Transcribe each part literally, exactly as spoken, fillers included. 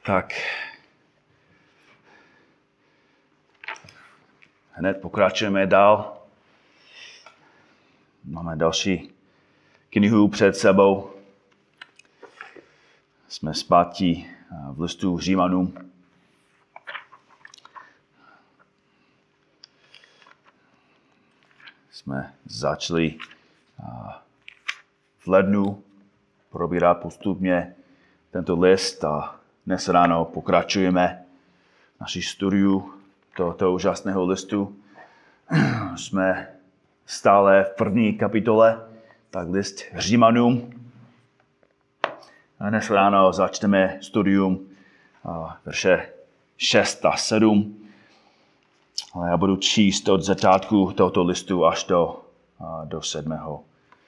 Tak hned pokračujeme dál. Máme další knihu před sebou. Jsme zpátky v listu Římanům. Jsme začali v lednu probírat postupně tento list a dnes ráno pokračujeme naši studiu tohoto úžasného listu. Jsme stále v první kapitole, tak list Římanům. A dnes ráno začneme studium verše šest a sedm. Ale já budu číst od začátku tohoto listu až do, do sedmého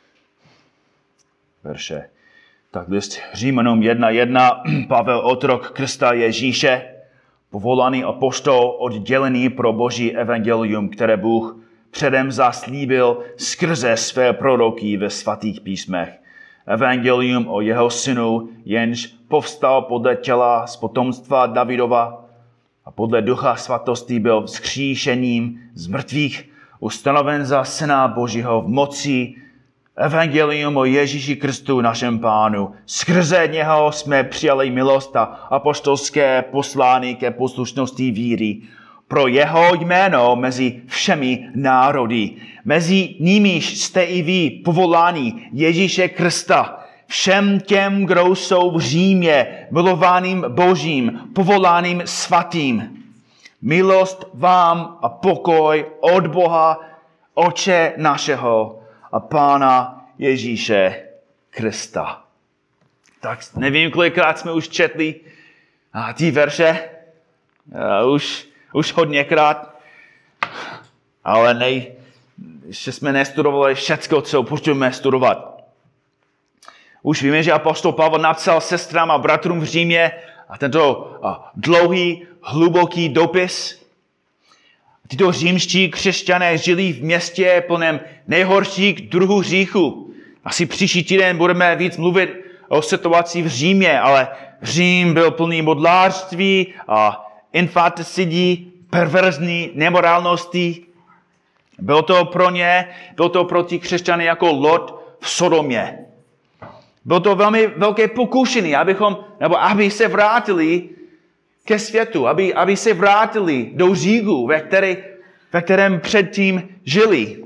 verše. Tak list Římanům jedna jedna. Pavel, otrok Krista Ježíše, povolaný apoštol, oddělený pro Boží evangelium, které Bůh předem zaslíbil skrze své proroky ve svatých písmech. Evangelium o jeho synu, jenž povstal podle těla z potomstva Davidova a podle ducha svatosti byl vzkříšením z mrtvých, ustanoven za syna Božího v moci. Evangelium o Ježíši Kristu, našem Pánu. Skrze něho jsme přijali milost a apoštolské poslání ke poslušnosti víry pro jeho jméno mezi všemi národy. Mezi nimiž jste i vy povoláni Ježíše Krista. Všem těm, kdo jsou v Římě, milovaným Božím, povoláným svatým. Milost vám a pokoj od Boha, Otce našeho a Pána Ježíše Krista. Tak nevím, kolikrát jsme už četli a ty verše. Uh, už, už hodněkrát. Ale ne, ještě jsme nestudovali všecko, co potřebujeme studovat. Už víme, že apoštol Pavel napsal sestrám a bratrům v Římě a tento uh, dlouhý, hluboký dopis. Tyto římští křesťané žili v městě plném nejhorších druhů hříchu. Asi příští týden budeme víc mluvit o situaci v Římě, ale Řím byl plný modlářství a infanticidí, perverzní nemorálnosti. Bylo to pro ně, bylo to pro ty křesťany jako Lot v Sodomě. Bylo to velmi velké pokušení, abychom, nebo aby se vrátili ke světu, aby, aby se vrátili do řígu, ve, který, ve kterém předtím žili.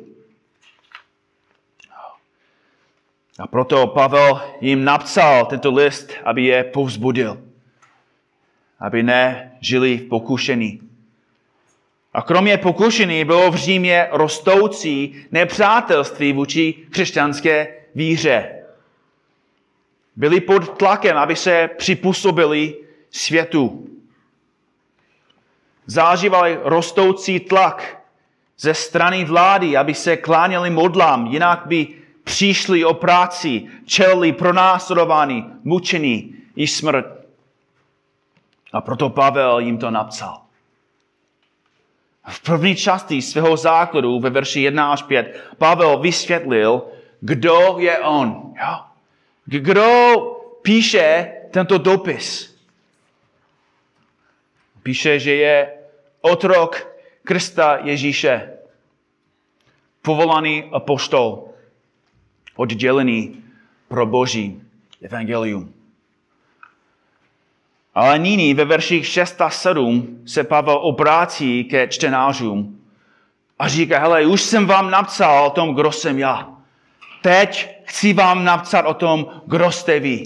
A proto Pavel jim napsal tento list, aby je povzbudil, aby nežili v pokušení. A kromě pokušení bylo v Římě rostoucí nepřátelství vůči křesťanské víře. Byli pod tlakem, aby se připůsobili světu. Zažívali rostoucí tlak ze strany vlády, aby se kláněli modlám, jinak by přišli o práci, čelili pronásledování, mučení i smrt. A proto Pavel jim to napsal. V první části svého základu ve verši jedna až pět Pavel vysvětlil, kdo je on. Jo? Kdo píše tento dopis. Píše, že je otrok Krista Ježíše, povolaný apoštol, oddělený pro Boží evangelium. Ale nyní ve verších šest a sedm se Pavel obrácí ke čtenářům a říká, hele, už jsem vám napsal o tom, kdo jsem já. Teď chci vám napsat o tom, kdo jste vy.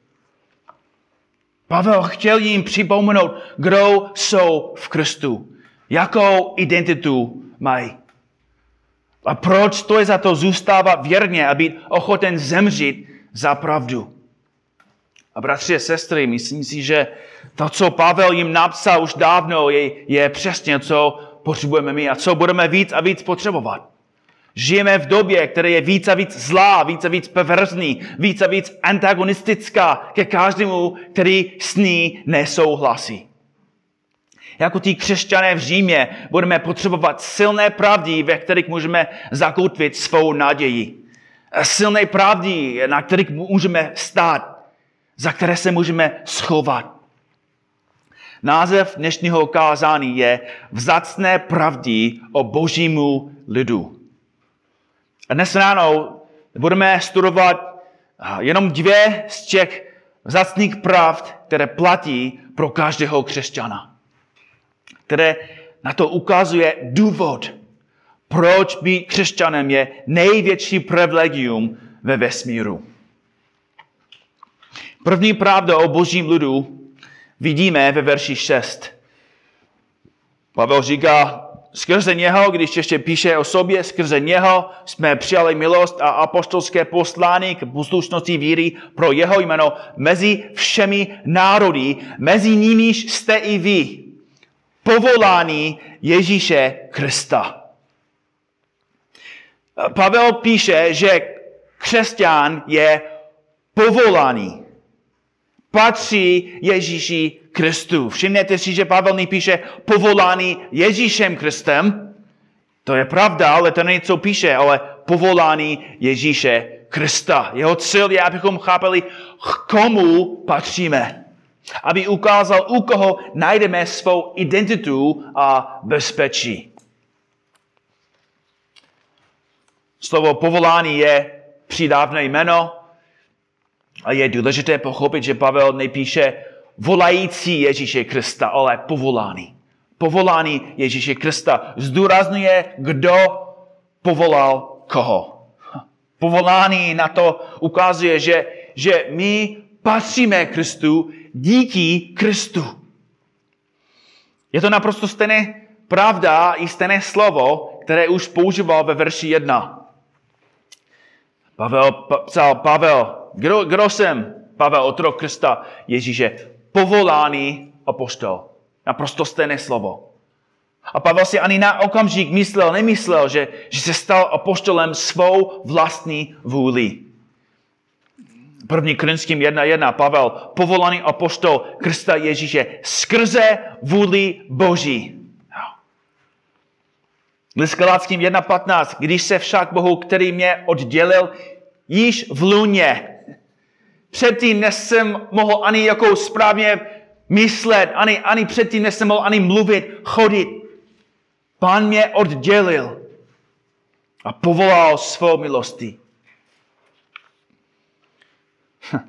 Pavel chtěl jim připomenout, kdo jsou v Kristu. Jakou identitu mají. A proč stojí za to zůstávat věrně a být ochoten zemřít za pravdu. A bratři a sestry, myslím si, že to, co Pavel jim napsal už dávno, je, je přesně, co potřebujeme my a co budeme víc a víc potřebovat. Žijeme v době, která je víc a víc zlá, víc a víc perverzní, víc a víc antagonistická ke každému, který s ní nesouhlasí. Jako tí křesťané v Římě budeme potřebovat silné pravdy, ve kterých můžeme zakotvit svou naději. Silné pravdy, na kterých můžeme stát, za které se můžeme schovat. Název dnešního kázání je Vzácné pravdy o božímu lidu. A dnes ráno budeme studovat jenom dvě z těch vzácných pravd, které platí pro každého křesťana. Které na to ukazuje důvod, proč být křesťanem je největší privilegium ve vesmíru. První pravda o božím lidu vidíme ve verši šest. Pavel říká, skrze něho, když ještě píše o sobě, skrze něho jsme přijali milost a apoštolské poslání k poslušnosti víry pro jeho jméno mezi všemi národy, mezi nimiž jste i vy, povolání Ježíše Krista. Pavel píše, že křesťan je povolaný. Patří Ježíši Kristu. Všimněte si, že Pavel nepíše povolání Ježíšem Kristem. To je pravda, ale to není, co píše, ale povolání Ježíše Krista. Jeho cíl je, abychom chápali, k komu patříme. Aby ukázal, u koho najdeme svou identitu a bezpečí. Slovo povolání je přídavné jméno a je důležité pochopit, že Pavel nepíše volající Ježíše Krista, ale povolání. Povolání Ježíše Krista zdůrazňuje, kdo povolal koho. Povolání na to ukazuje, že, že my patříme Kristu díky Kristu. Je to naprosto stejné pravda i stejné slovo, které už používal ve verši jedna. Pavel psal, Pavel, kdo, kdo jsem? Pavel, otrok Krista Ježíše, povolání apoštol. Naprosto stejné slovo. A Pavel si ani na okamžik myslel, nemyslel, že, že se stal apoštolem svou vlastní vůli. První Korinským jedna jedna, Pavel, povolaný apoštol Krista Ježíše skrze vůli Boží. List Galackým jedna patnáct, když se však Bohu, který mě oddělil již v luně. Předtím, než jsem mohl ani jako správně myslet, ani, ani předtím, než jsem mohl ani mluvit, chodit. Pán mě oddělil a povolal svou milostí. Hm.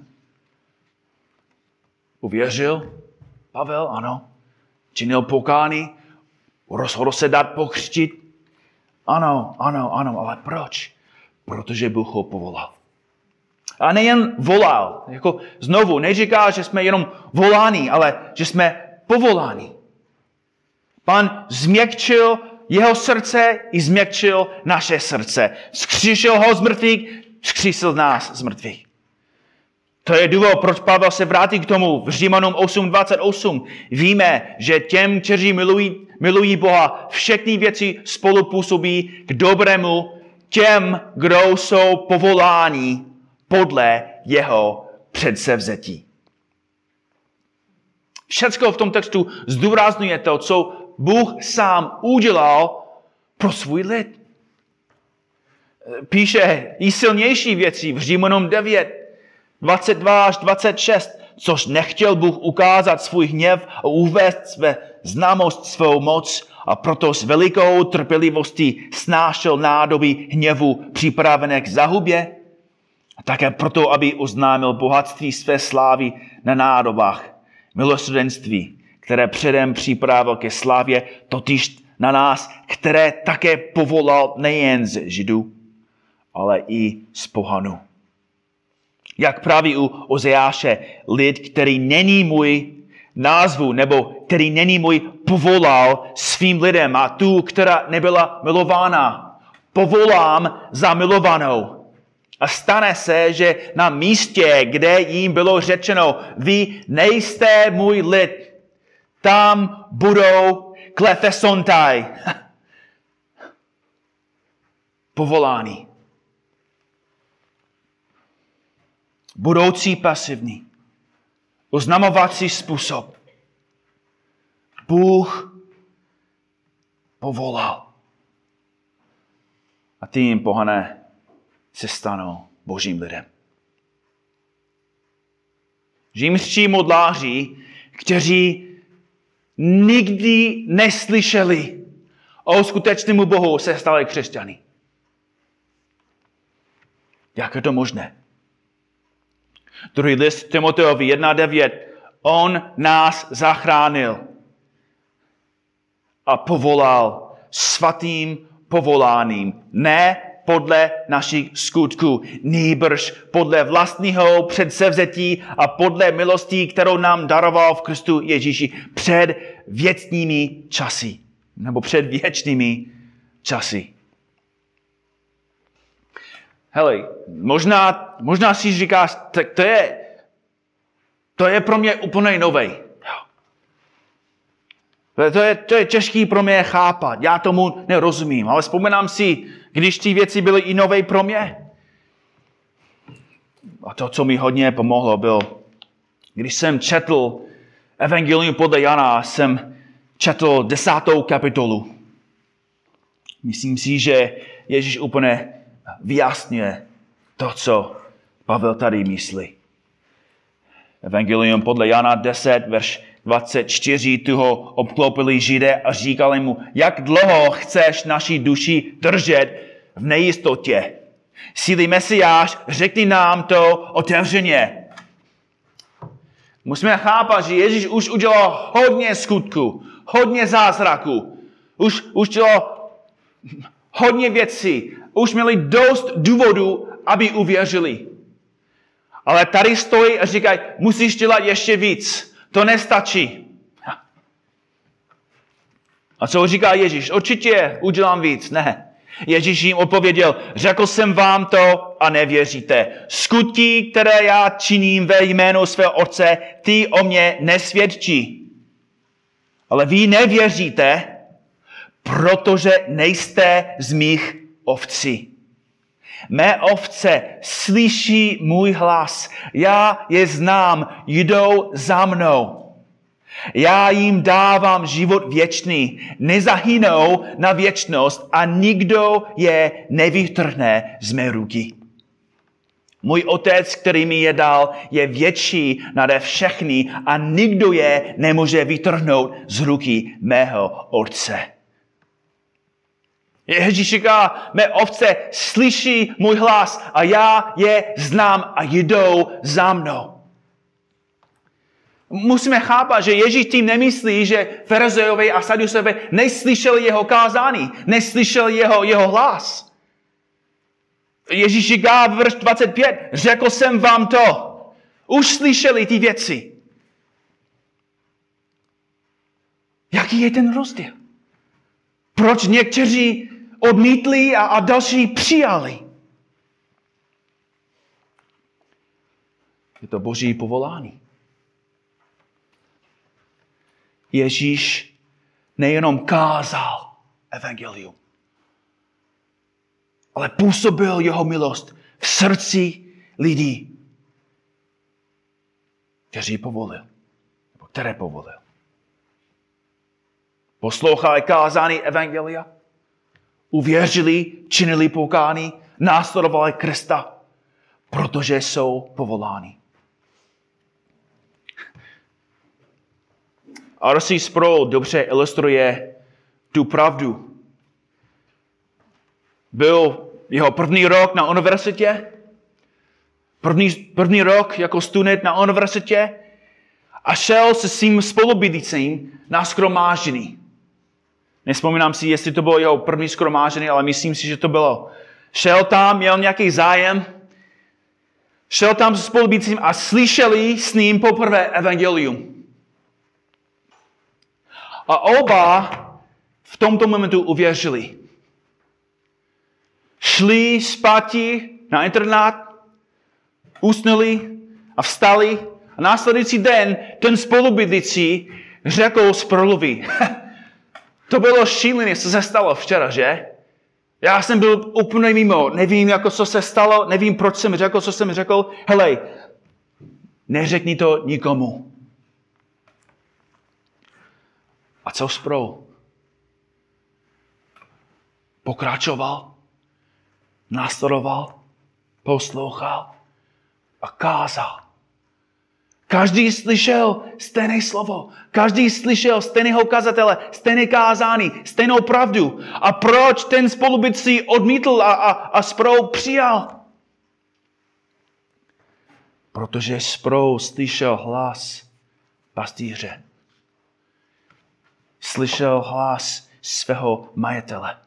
Uvěřil Pavel, ano. Činil pokání, rozhodl se dát pokřtit. Ano, ano, ano, ale proč? Protože Bůh ho povolal. A nejen volal, jako znovu, neříká, že jsme jenom voláni, ale že jsme povoláni. Pán změkčil jeho srdce i změkčil naše srdce. Vzkříšil ho z mrtvých, vzkřísil nás z mrtvých. To je důvod, proč Pavel se vrátí k tomu v Římanům osm dvacet osm. Víme, že těm, kteří milují, milují Boha, všechny věci spolupůsobí k dobrému těm, kdo jsou povoláni podle jeho předsevzetí. Všecko v tom textu zdůrazňuje to, co Bůh sám udělal pro svůj lid. Píše i silnější věci v Římanům devět, dvacet dva až dvacet šest, což nechtěl Bůh ukázat svůj hněv a uvést své známost svou moc a proto s velikou trpělivostí snášel nádoby hněvu připravené k zahubě a také proto, aby oznámil bohatství své slávy na nádobách milosrdenství, které předem připravil ke slávě, totiž na nás, které také povolal nejen z Židů, ale i z pohanů. Jak praví u Ozeáše, lid, který není můj názvu, nebo který není můj, povolal svým lidem a tu, která nebyla milována, povolám za milovanou. A stane se, že na místě, kde jim bylo řečeno, vy nejste můj lid, tam budou klefesontaj. Povolání. Budoucí pasivní. Oznamovací způsob. Bůh povolal. A tím pohané se stanou božím lidem. Římští modláři, kteří nikdy neslyšeli o skutečnému Bohu, se stali křesťany. Jak je to možné? Druhý list Timoteovi jedna devět. On nás zachránil a povolal svatým povoláním, ne podle našich skutků, nýbrž podle vlastního předsevzetí a podle milostí, kterou nám daroval v Kristu Ježíši před věčnými časy, nebo před věčnými časy. Hele, možná, možná si říkáš, tak to je, to je pro mě úplně novej. To je, to je těžký pro mě chápat, já tomu nerozumím, ale vzpomínám si, když ty věci byly i nové pro mě. A to, co mi hodně pomohlo, bylo, když jsem četl Evangelium podle Jana, jsem četl desátou kapitolu. Myslím si, že Ježíš úplně vyjasňuje to, co Pavel tady myslí. Evangelium podle Jana deset, verš dvacet čtyři, tu ho obklopili Židé a říkali mu, jak dlouho chceš naši duši držet v nejistotě. Jsi-li Mesiáš, řekni nám to otevřeně. Musíme chápat, že Ježíš už udělal hodně skutků, hodně zázraků, už, už udělal hodně věcí, už měli dost důvodů, aby uvěřili. Ale tady stojí a říkají, musíš dělat ještě víc. To nestačí. A co říká Ježíš? Určitě udělám víc. Ne. Ježíš jim odpověděl, řekl jsem vám to a nevěříte. Skutky, které já činím ve jménu svého Otce, ty o mě nesvědčí. Ale vy nevěříte, protože nejste z mých ovcí. Mé ovce slyší můj hlas, já je znám, jdou za mnou. Já jim dávám život věčný, nezahynou na věčnost a nikdo je nevytrhne z mé ruky. Můj Otec, který mi je dal, je větší nade všechny a nikdo je nemůže vytrhnout z ruky mého Otce. Ježíš říká, mé ovce slyší můj hlas a já je znám a jdou za mnou. Musíme chápat, že Ježíš tím nemyslí, že farizejové a saduceové neslyšeli jeho kázání, neslyšeli jeho, jeho hlas. Ježíš říká v verš dvacet pět, řekl jsem vám to. Už slyšeli ty věci. Jaký je ten rozdíl? Proč někteří odmítli a, a další přijali? Je to Boží povolání. Ježíš nejenom kázal evangelium, ale působil jeho milost v srdci lidí, kteří povolil, nebo které povolil. Poslouchali kázání evangelia, uvěřili, činili pokání, následovali Krista, protože jsou povoláni. R C Sproul dobře ilustruje tu pravdu. Byl jeho první rok na univerzitě, první, první rok jako student na univerzitě a šel se svým spolubydlícím na shromáždění. Nespomínám si, jestli to bylo jeho první shromáždění, ale myslím si, že to bylo. Šel tam, měl nějaký zájem, šel tam se spolubydlícím a slyšeli s ním poprvé evangelium. A oba v tomto momentu uvěřili. Šli zpátky na internát, usnuli a vstali. A následující den ten spolubydlící řekl Sprouluvi, to bylo šílené, co se stalo včera, že? Já jsem byl úplně mimo, nevím, jako co se stalo, nevím, proč jsem řekl, co jsem řekl. Helej, neřekni to nikomu. A co Sproul? Pokračoval, následoval, poslouchal a kázal. Každý slyšel stejné slovo. Každý slyšel stejného kazatele, stejné kázání, stejnou pravdu. A proč ten spolubytcí odmítl a, a, a zprou přijal? Protože zprou slyšel hlas pastýře. Slyšel hlas svého majitele.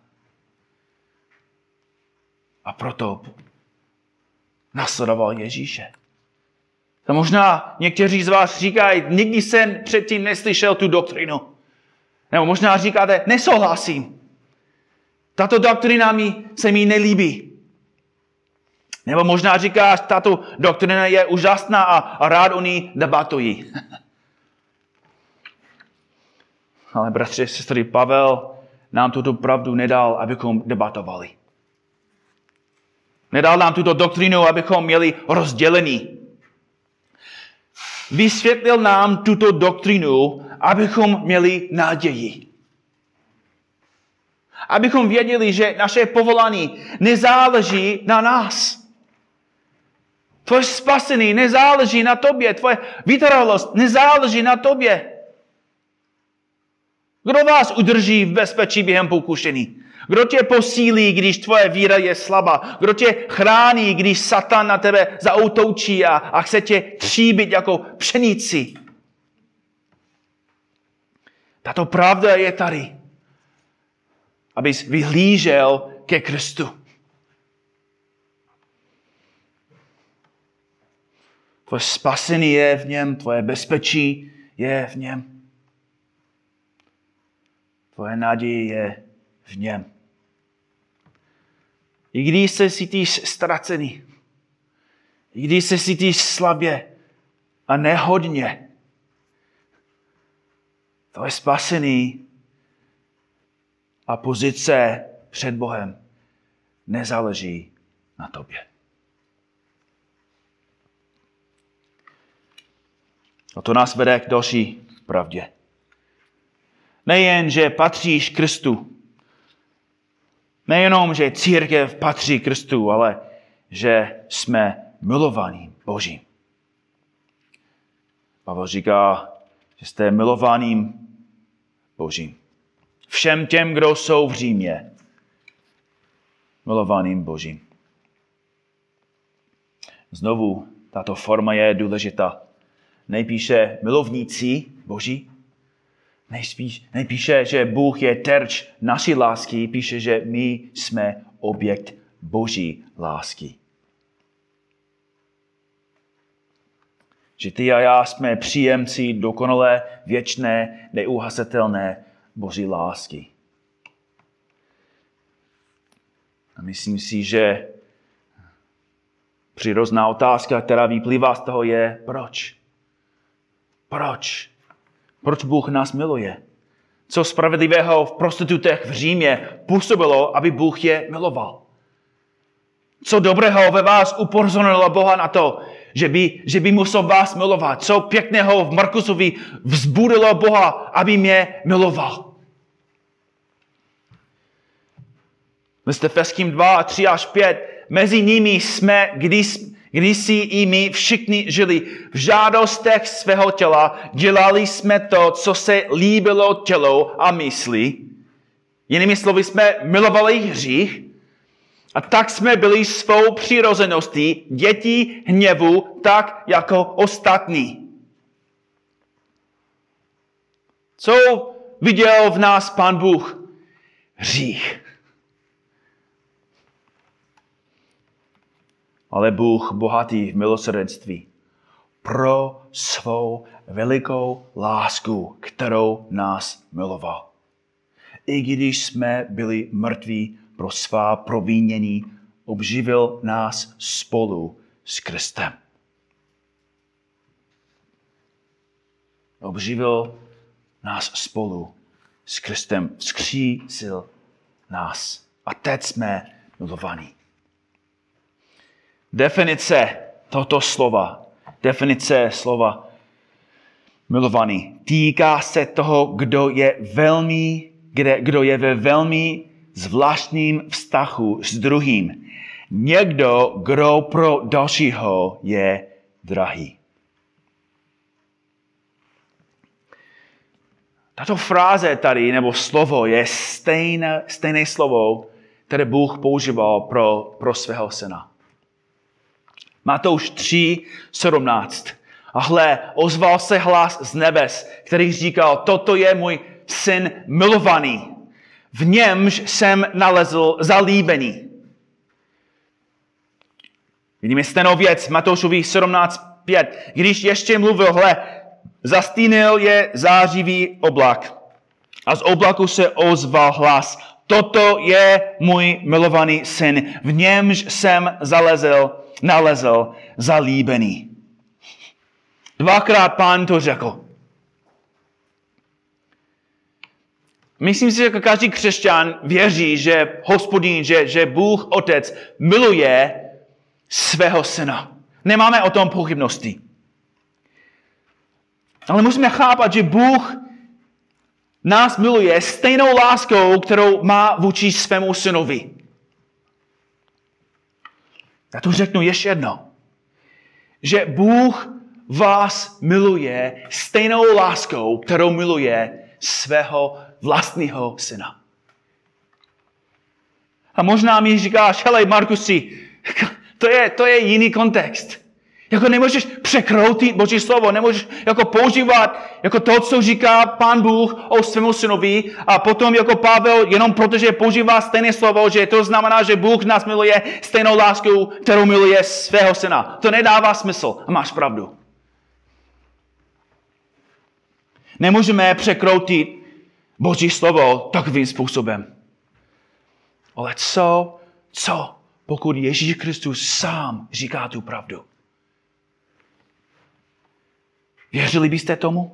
A proto nasledoval Ježíše. A možná někteří z vás říkají, nikdy jsem předtím neslyšel tu doktrinu. Nebo možná říkáte, nesouhlasím. Tato doktrina mi, se mi nelíbí. Nebo možná říkáš, tato doktrina je úžasná a, a rád o ní debatuji. Ale bratři, sestry, Pavel nám tuto pravdu nedal, abychom debatovali. Nedal nám tuto doktrinu, abychom měli rozdělení. Vysvětlil nám tuto doktrinu, abychom měli naději. Abychom věděli, že naše povolání nezáleží na nás. Tvoje spasení nezáleží na tobě. Tvoje vytrvalost nezáleží na tobě. Kdo vás udrží v bezpečí během pokušení? Kdo tě posílí, když tvoje víra je slabá? Kdo tě chrání, když Satan na tebe zaútočí a, a chce tě tříbit jako pšenici? Tato pravda je tady, abys vyhlížel ke Kristu. Tvoje spasení je v něm, tvoje bezpečí je v něm. Tvoje naděje je v něm. I když se cítíš ztracený, i když se cítíš slabě a nehodně, tvoje spasení a pozice před Bohem nezáleží na tobě. A to nás vede k další pravdě. Nejen, že patříš Kristu, nejenom, že církev patří Kristu, ale že jsme milovaní Božím. Pavel říká, že jste milovaným Božím. Všem těm, kdo jsou v Římě, milovaným Božím. Znovu, tato forma je důležitá. Nepíše milovníci Boží, nejspíš, nepíše, že Bůh je terč naší lásky, píše, že my jsme objekt Boží lásky. Že ty a já jsme příjemci dokonalé, věčné, neuhasitelné Boží lásky. A myslím si, že přirozená otázka, která vyplývá z toho, je proč? Proč? Proč Bůh nás miluje? Co spravedlivého v prostitutech v Římě působilo, aby Bůh je miloval? Co dobrého ve vás upozornilo Boha na to, že by, že by musel vás milovat? Co pěkného v Markusovi vzbudilo Boha, aby mě miloval? List Efeským dva, tři až pět. Mezi nimi jsme, když, když si i my všichni žili v žádostech svého těla, dělali jsme to, co se líbilo tělu a mysli. Jinými slovy jsme milovali hřích a tak jsme byli svou přirozeností děti hněvu, tak jako ostatní. Co viděl v nás Pán Bůh? Hřích. Ale Bůh bohatý v milosrdenství pro svou velikou lásku, kterou nás miloval. I když jsme byli mrtví pro svá provinění, obživil nás spolu s Kristem. Obživil nás spolu s Kristem. Vzkřísil nás. A teď jsme milovaní. Definice tohoto slova, definice slova milovaný, týká se toho, kdo je velmi, kde, kdo je ve velmi zvláštním vztahu s druhým. Někdo, kdo pro dalšího je drahý. Tato fráze tady, nebo slovo, je stejné, stejné slovo, které Bůh používal pro, pro svého syna. Matouš tři sedmnáct. A hle, ozval se hlas z nebes, který říkal, toto je můj syn milovaný, v němž jsem nalezl zalíbení. Vidíme stejnou věc, Matoušovi sedmnáct pět. Když ještě mluvil, hle, zastínil je zářivý oblak. A z oblaku se ozval hlas. Toto je můj milovaný syn, v němž jsem zalezl, nalezl zalíbený. Dvakrát Pán to řekl. Myslím si, že každý křesťan věří, že Hospodin, že, že Bůh Otec miluje svého syna. Nemáme o tom pochybnosti. Ale musíme chápat, že Bůh nás miluje stejnou láskou, kterou má vůči svému synovi. Já to řeknu ještě jednou. Že Bůh vás miluje stejnou láskou, kterou miluje svého vlastního syna. A možná mi říkáš, hele Markusi, to je, to je jiný kontext. Jako nemůžeš překroutit Boží slovo, nemůžeš jako používat jako to, co říká Pán Bůh o svému synovi a potom jako Pavel, jenom protože používá stejné slovo, že to znamená, že Bůh nás miluje stejnou láskou, kterou miluje svého syna. To nedává smysl a máš pravdu. Nemůžeme překroutit Boží slovo takovým způsobem. Ale co, co, pokud Ježíš Kristus sám říká tu pravdu? Věřili byste tomu?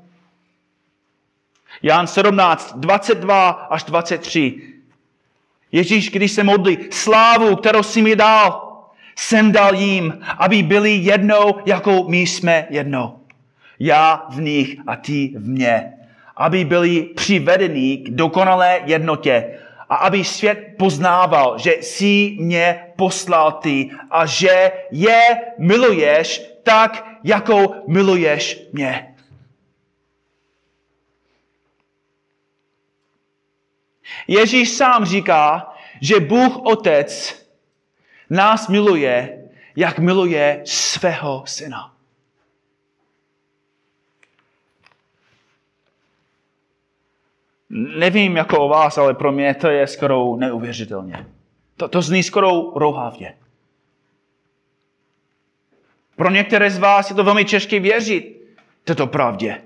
Jan sedmnáct, dvacet dva až dvacet tři. Ježíš, když se modlí, slávu, kterou jsi mi dal, jsem dal jim, aby byli jednou, jako my jsme jednou. Já v nich a ty v mně. Aby byli přivedeni k dokonalé jednotě a aby svět poznával, že jsi mě poslal ty a že je miluješ tak, jako miluješ mě. Ježíš sám říká, že Bůh Otec nás miluje, jak miluje svého syna. Nevím jako o vás, ale pro mě to je skoro neuvěřitelně. To, to zní skoro rouhavě. Pro některé z vás je to velmi těžké věřit této pravdě.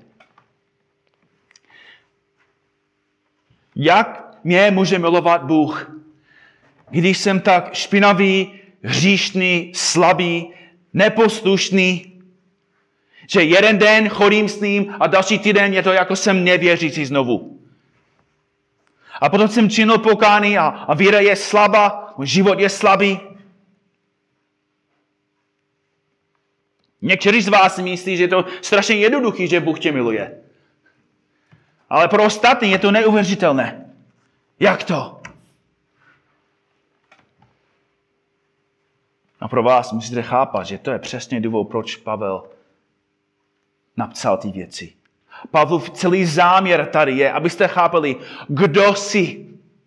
Jak mě může milovat Bůh, když jsem tak špinavý, hříšný, slabý, neposlušný, že jeden den chodím s ním a další týden je to, jako jsem nevěřící znovu. A potom jsem činil pokání a, a víra je slabá, můj život je slabý. Někteří z vás si myslí, že je to strašně jednoduchý, že Bůh tě miluje. Ale pro ostatní je to neuvěřitelné. Jak to? A pro vás musíte chápat, že to je přesně důvod, proč Pavel napsal ty věci. Pavlův celý záměr tady je, abyste chápali, kdo jsi.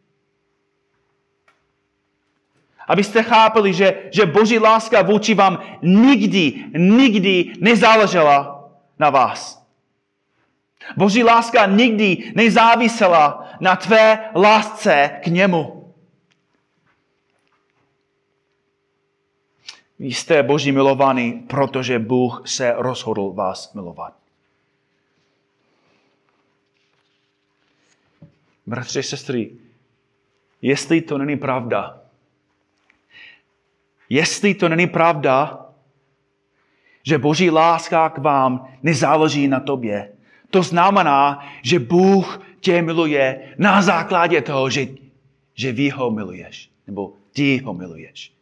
Abyste chápali, že, že Boží láska vůči vám nikdy, nikdy nezáležela na vás. Boží láska nikdy nezávisela na tvé lásce k němu. Vy jste Boží milovaní, protože Bůh se rozhodl vás milovat. Bratři, sestry, jestli to není pravda, jestli to není pravda, že Boží láska k vám nezáleží na tobě, to znamená, že Bůh tě miluje na základě toho, že, že vy ho miluješ, nebo ty ho miluješ.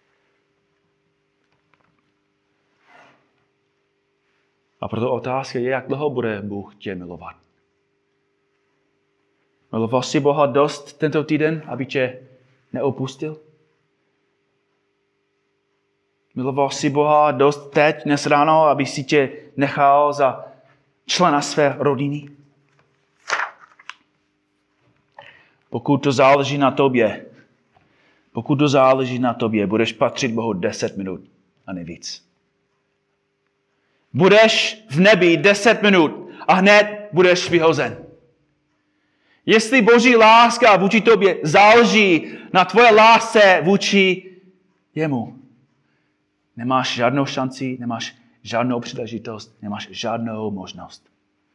A proto otázka je, jak dlouho bude Bůh tě milovat. Miloval jsi Boha dost tento týden, aby tě neopustil? Miloval jsi Boha dost teď, dnes ráno, aby si tě nechal za člena své rodiny? Pokud to záleží na tobě, pokud to záleží na tobě, budeš patřit Bohu deset minut a ne víc. Budeš v nebi deset minut a hned budeš vyhozen. Jestli Boží láska vůči tobě záleží na tvoje lásce vůči jemu, nemáš žádnou šanci, nemáš žádnou příležitost, nemáš žádnou možnost.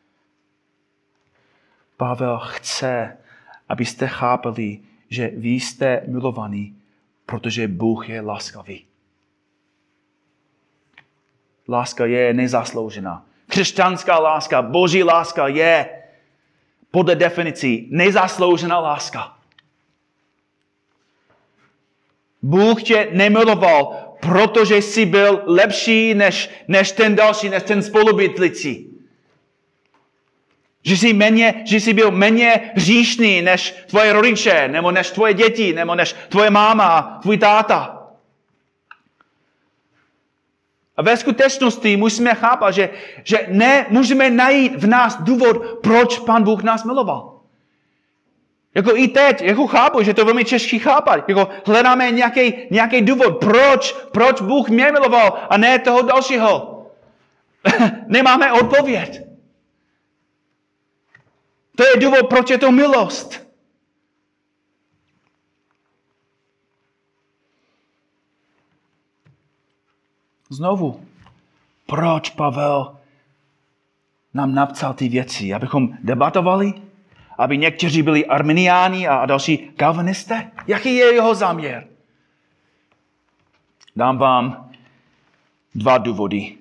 Pavel chce, abyste chápali, že vy jste milovaní, protože Bůh je laskavý. Láska je nezasloužená. Křesťanská láska, Boží láska je podle definicí nezasloužená láska. Bůh tě nemiloval, protože jsi byl lepší než, než ten další, než ten spolubydlící. Že jsi, méně, že jsi byl méně hříšný než tvoje rodiče, nebo než tvoje děti, nebo než tvoje máma, tvůj táta. A ve skutečnosti musíme chápat, že, že nemůžeme najít v nás důvod, proč Pán Bůh nás miloval. Jako i teď, jako chápu, že to je velmi těžké chápat. Jako hledáme nějaký, nějaký důvod, proč, proč Bůh mě miloval a ne toho dalšího. Nemáme odpověď. To je důvod, proč je to milost. Znovu, proč Pavel nám napsal ty věci? Abychom debatovali? Aby někteří byli arminiáni a další kalvinisté? Jaký je jeho záměr? Dám vám dva důvody.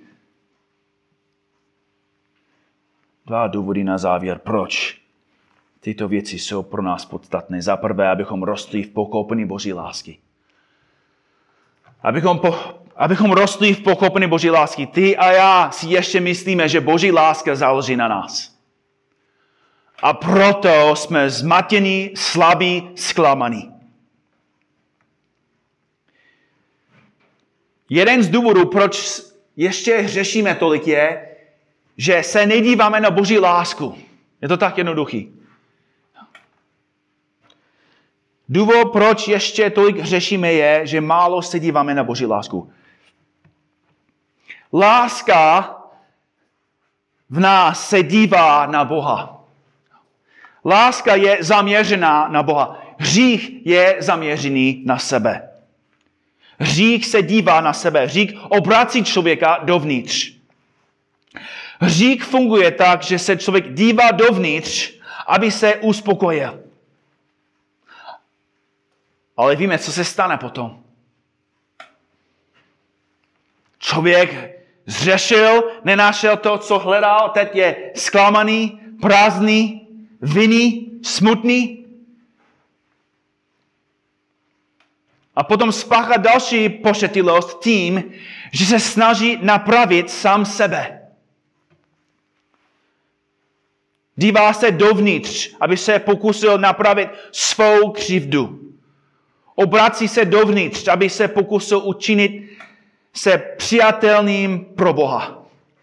Dva důvody na závěr, proč tyto věci jsou pro nás podstatné. Za prvé, abychom rostli v pochopení Boží lásky. Abychom, po, abychom rostli v pochopení Boží lásky. Ty a já si ještě myslíme, že Boží láska záleží na nás. A proto jsme zmatění, slabí, zklamaní. Jeden z důvodů, proč ještě hřešíme tolik, je, že se nedíváme na Boží lásku. Je to tak jednoduchý. Důvod, proč ještě tolik hřešíme, je, že málo se díváme na Boží lásku. Láska v nás se dívá na Boha. Láska je zaměřená na Boha. Hřích je zaměřený na sebe. Hřích se dívá na sebe. Hřích obrací člověka dovnitř. Hřích funguje tak, že se člověk dívá dovnitř, aby se uspokojil. Ale víme, co se stane potom. Člověk zřešil, nenašel to, co hledal, teď je zklamaný, prázdný, vinný, smutný. A potom spáchá další pošetilost tím, že se snaží napravit sám sebe. Dívá se dovnitř, aby se pokusil napravit svou křivdu. Obrací se dovnitř, aby se pokusil učinit se přijatelným pro Boha.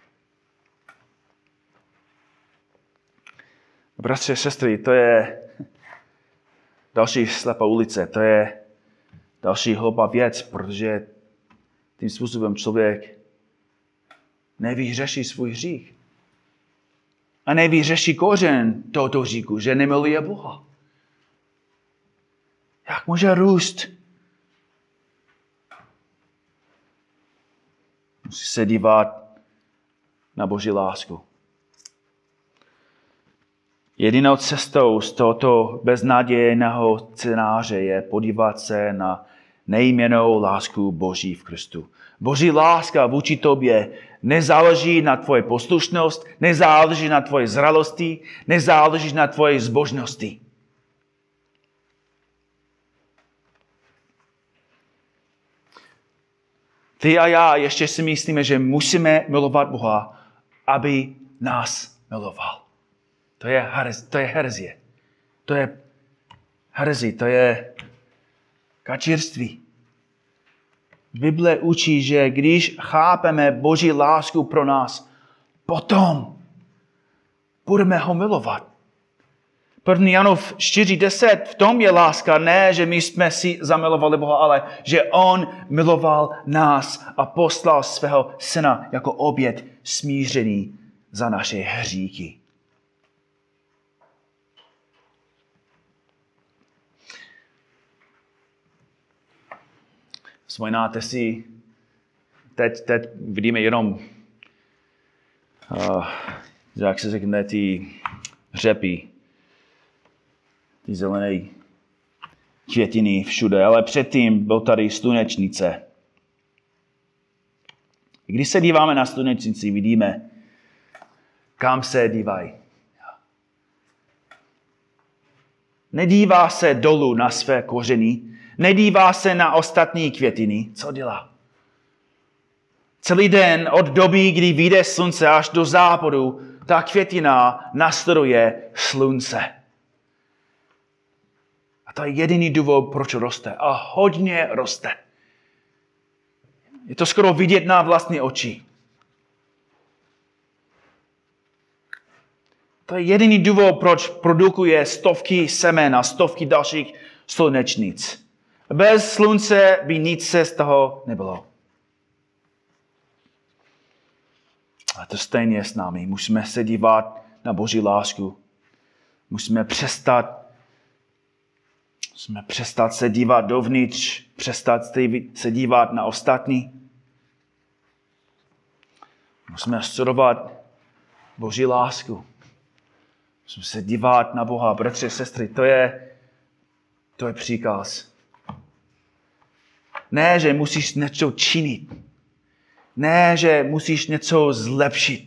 Bratři a sestry, to je další slepá ulice, to je další hloupá věc, protože tím způsobem člověk nevyřeší svůj hřích. A nevyřeší kořen tohoto hříchu, že nemiluje Boha. Jak může růst? Musí se dívat na Boží lásku. Jedinou cestou z tohoto beznadějného scénáře je podívat se na nejmennou lásku Boží v Kristu. Boží láska vůči tobě nezáleží na tvoje poslušnost, nezáleží na tvoje zralosti, nezáleží na tvoje zbožnosti. Ty a já ještě si myslíme, že musíme milovat Boha, aby nás miloval. To je, herez, to je herezie. To je herezi, to je kačírství. Bible učí, že když chápeme Boží lásku pro nás, potom budeme ho milovat. První Janův čtyři deset, v tom je láska, ne, že my jsme si zamilovali Boha, ale že on miloval nás a poslal svého syna jako oběť smířený za naše hříchy. Vzpomínáte si, teď, teď vidíme jenom, uh, jak se řekne, ty řepy, ty zelené květiny všude, ale předtím byl tady slunečnice. Když se díváme na slunečnici, vidíme, kam se dívají. Nedívá se dolů na své kořeny, nedívá se na ostatní květiny. Co dělá? Celý den od doby, kdy vyjde slunce až do západu, ta květina následuje slunce. A to je jediný důvod, proč roste. A hodně roste. Je to skoro vidět na vlastní oči. To je jediný důvod, proč produkuje stovky semen a stovky dalších slunečnic. Bez slunce by nic se z toho nebylo. A to stejně s námi. Musíme se dívat na Boží lásku. Musíme přestat, musíme přestat se dívat dovnitř, přestat se dívat na ostatní. Musíme studovat Boží lásku. Musíme se dívat na Boha, bratři, sestry, to je, to je příkaz. Ne, že musíš něco činit. Ne, že musíš něco zlepšit.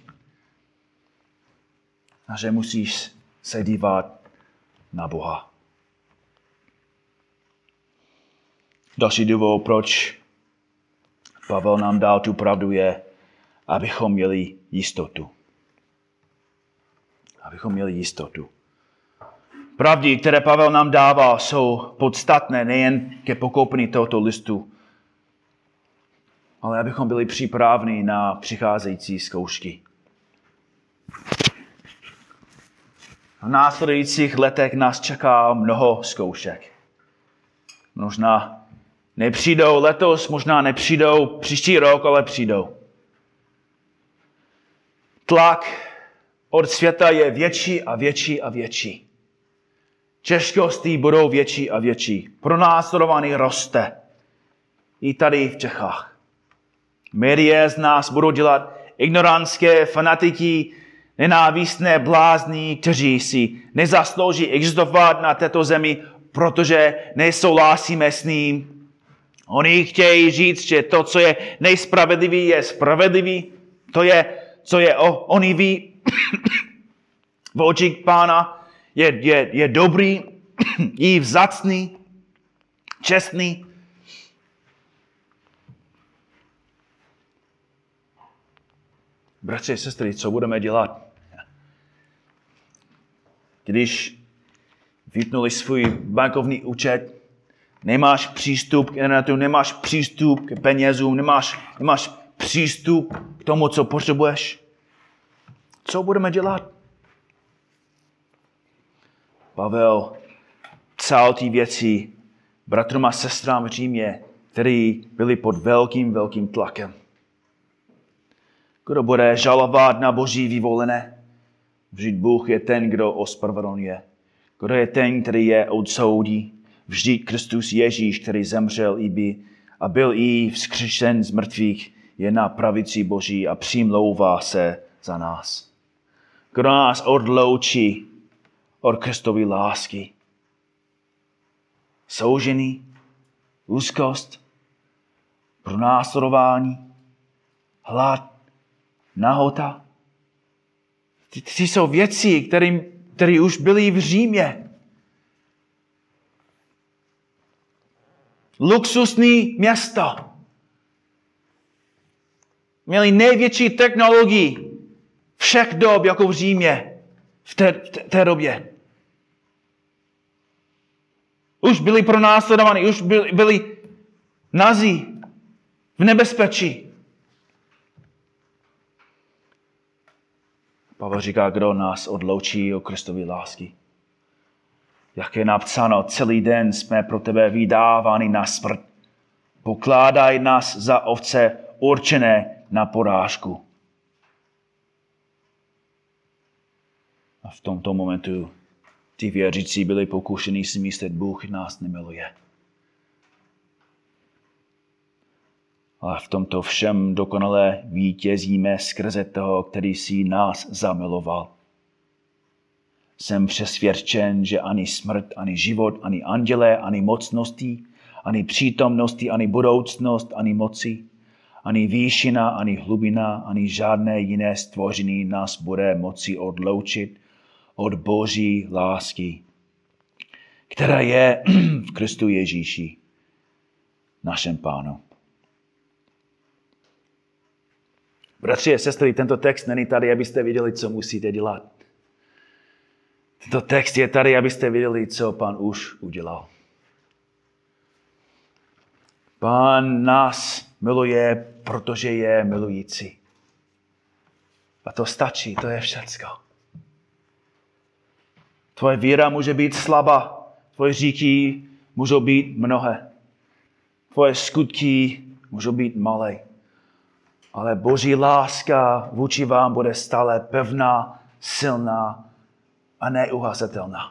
A že musíš se dívat na Boha. Další důvod, proč Pavel nám dal tu pravdu, je, abychom měli jistotu. Abychom měli jistotu. Pravdy, které Pavel nám dává, jsou podstatné nejen ke pochopení tohoto listu, ale abychom byli připraveni na přicházející zkoušky. V následujících letech nás čeká mnoho zkoušek. Možná nepřijdou letos, možná nepřijdou příští rok, ale přijdou. Tlak od světa je větší a větší a větší. Těžkosti budou větší a větší. Pronásledování roste. I tady v Čechách. Média z nás budou dělat ignorantské fanatiky, nenávistné blázny, kteří si nezaslouží existovat na této zemi, protože nesouhlasíme s ním. Oni chtějí říct, že to, co je nejspravedlivý, je spravedlivý. To je, co je onivý v očích Pána, je, je, je dobrý, je vzácný, čestný. Bratři a sestry, co budeme dělat? Když vypnuli svůj bankovní účet, nemáš přístup k internetu, nemáš přístup k penězům, nemáš, nemáš přístup k tomu, co potřebuješ. Co budeme dělat? Pavel psal ty věci bratrům a sestrám v Římě, kteří byli pod velkým, velkým tlakem. Kdo bude žalovat na Boží vyvolené? Vždyť Bůh je ten, kdo ospravedlňuje. Kdo je ten, který je odsoudí? Vždyť Kristus Ježíš, který zemřel i by a byl i vzkříšen z mrtvých, je na pravici Boží a přimlouvá se za nás. Kdo nás odloučí od Kristovy lásky? Soužení, úzkost, pronásledování, hlad, nahota. Ty, ty jsou věci, které, které už byly v Římě. Luxusní města. Měli největší technologii všech dob, jako v Římě v té, v té době. Už byli pronásledovaní, už byli, byli nazí v nebezpečí. Pavel říká, kdo nás odloučí od Kristovy lásky. jak je napsáno, celý den jsme pro tebe vydáváni na smrt. Pokládaj nás za ovce určené na porážku. A v tomto momentu ty věřící byli pokušení si myslet, Bůh nás nemiluje. Ale v tomto všem dokonale vítězíme skrze toho, který si nás zamiloval. Jsem přesvědčen, že ani smrt, ani život, ani andělé, ani mocnosti, ani přítomnosti, ani budoucnost, ani moci, ani výšina, ani hlubina, ani žádné jiné stvoření nás bude moci odloučit od Boží lásky, která je v Kristu Ježíši, našem Pánu. Bratři a sestry, tento text není tady, abyste viděli, co musíte dělat. Tento text je tady, abyste viděli, co Pán už udělal. Pán nás miluje, protože je milující. A to stačí, to je všecko. Tvoje víra může být slabá, tvoje říky můžou být mnohé. Tvoje skutky můžou být malé. Ale Boží láska vůči vám bude stále pevná, silná a neuhasitelná.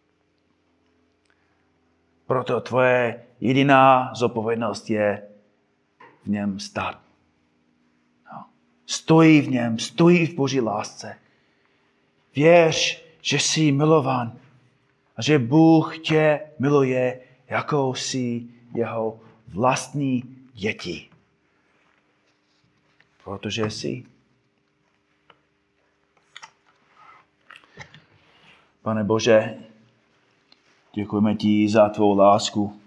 Proto tvoje jediná zodpovědnost je v něm stát. No. Stojí v něm, stojí v Boží lásce. Věř, že jsi milovan a že Bůh tě miluje, jako jsi jeho vlastní děti. Protože jsi. Pane Bože, děkujeme ti za tvou lásku.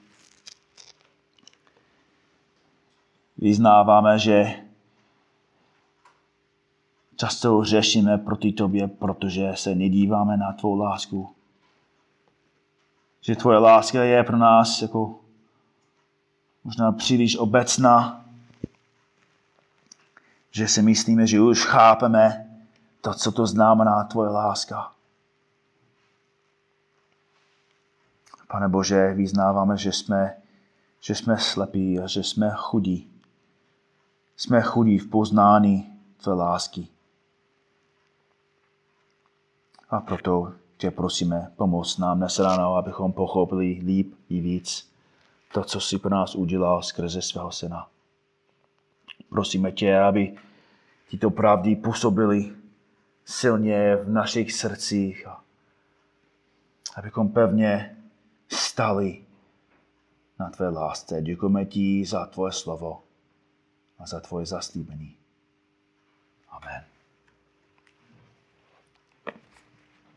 Vyznáváme, že často řešíme proti tobě, protože se nedíváme na tvou lásku. Že tvoje láska je pro nás jako možná příliš obecná, že si myslíme, že už chápeme to, co to znamená tvoje láska. Pane Bože, vyznáváme, že jsme, že jsme slepí a že jsme chudí. Jsme chudí v poznání tvé lásky. A proto tě prosíme, pomoc nám dnes ráno, abychom pochopili líp i víc to, co jsi pro nás udělal skrze svého syna. Prosíme tě, aby tyto pravdy působily silně v našich srdcích, abychom pevně stali na tvé lásce. Děkujeme ti za tvoje slovo a za tvoje zaslíbení.